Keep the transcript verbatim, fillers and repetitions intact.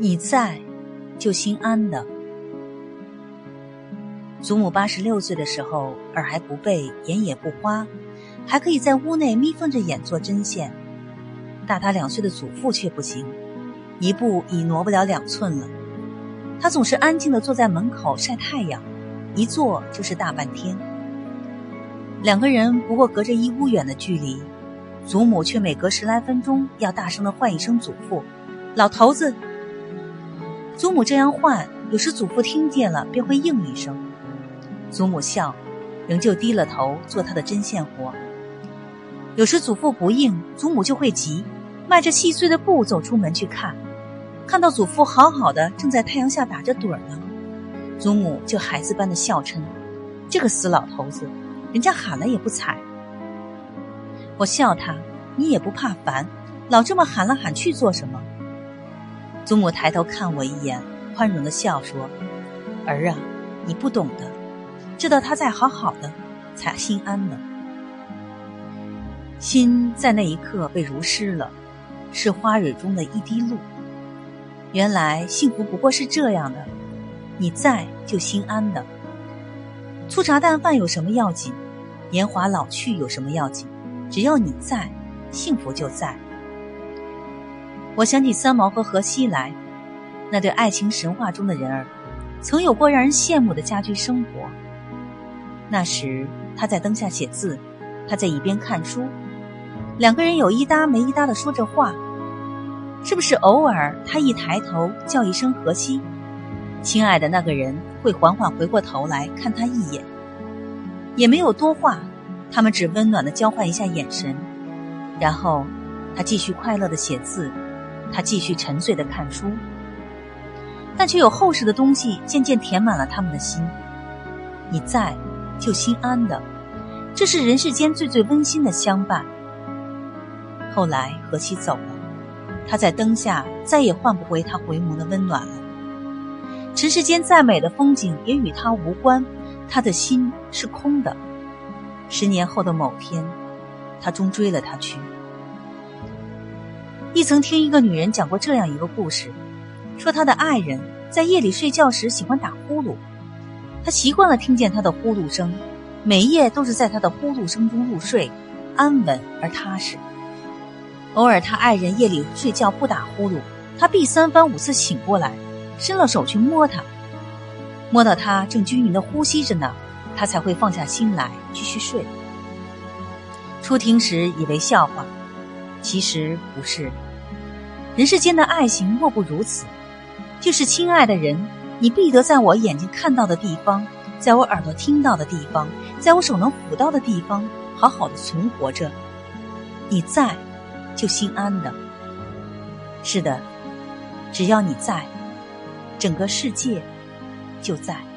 你在，就心安的。祖母八十六岁的时候，耳还不背，眼也不花，还可以在屋内眯缝着眼做针线。大他两岁的祖父却不行，一步已挪不了两寸了。他总是安静地坐在门口晒太阳，一坐就是大半天。两个人不过隔着一屋远的距离，祖母却每隔十来分钟要大声地唤一声祖父：“老头子！”祖母这样唤，有时祖父听见了便会应一声。祖母笑，仍旧低了头做他的针线活。有时祖父不应，祖母就会急，迈着细碎的步走出门去看，看到祖父好好的正在太阳下打着盹呢，祖母就孩子般的笑嗔：“这个死老头子，人家喊了也不睬。”我笑他：“你也不怕烦，老这么喊来喊去做什么？”祖母抬头看我一眼，宽容的笑说：“儿啊，你不懂的，知道他在好好的，才心安了。”心在那一刻被如湿了，是花蕊中的一滴露。原来幸福不过是这样的，你在就心安的。粗茶淡饭有什么要紧？年华老去有什么要紧？只要你在，幸福就在。我想起三毛和荷西来，那对爱情神话中的人儿，曾有过让人羡慕的家居生活。那时他在灯下写字，他在一边看书，两个人有一搭没一搭地说着话。是不是偶尔他一抬头叫一声荷西，亲爱的那个人会缓缓回过头来看他一眼？也没有多话，他们只温暖地交换一下眼神，然后他继续快乐地写字，他继续沉醉地看书，但却有厚实的东西渐渐填满了他们的心。你在，就心安的，这是人世间最最温馨的相伴。后来荷西走了，他在灯下再也换不回他回眸的温暖了。尘世间再美的风景也与他无关，他的心是空的。十年后的某天，他终追了他去。亦曾听一个女人讲过这样一个故事，说她的爱人在夜里睡觉时喜欢打呼噜，他习惯了听见他的呼噜声，每夜都是在他的呼噜声中入睡，安稳而踏实。偶尔他爱人夜里睡觉不打呼噜，他必三番五次醒过来，伸了手去摸他，摸到他正均匀地呼吸着呢，他才会放下心来继续睡。初听时以为笑话，其实不是。人世间的爱情莫不如此，就是亲爱的人，你必得在我眼睛看到的地方，在我耳朵听到的地方，在我手能抚到的地方，好好的存活着。你在，就心安的。是的，只要你在，整个世界就在。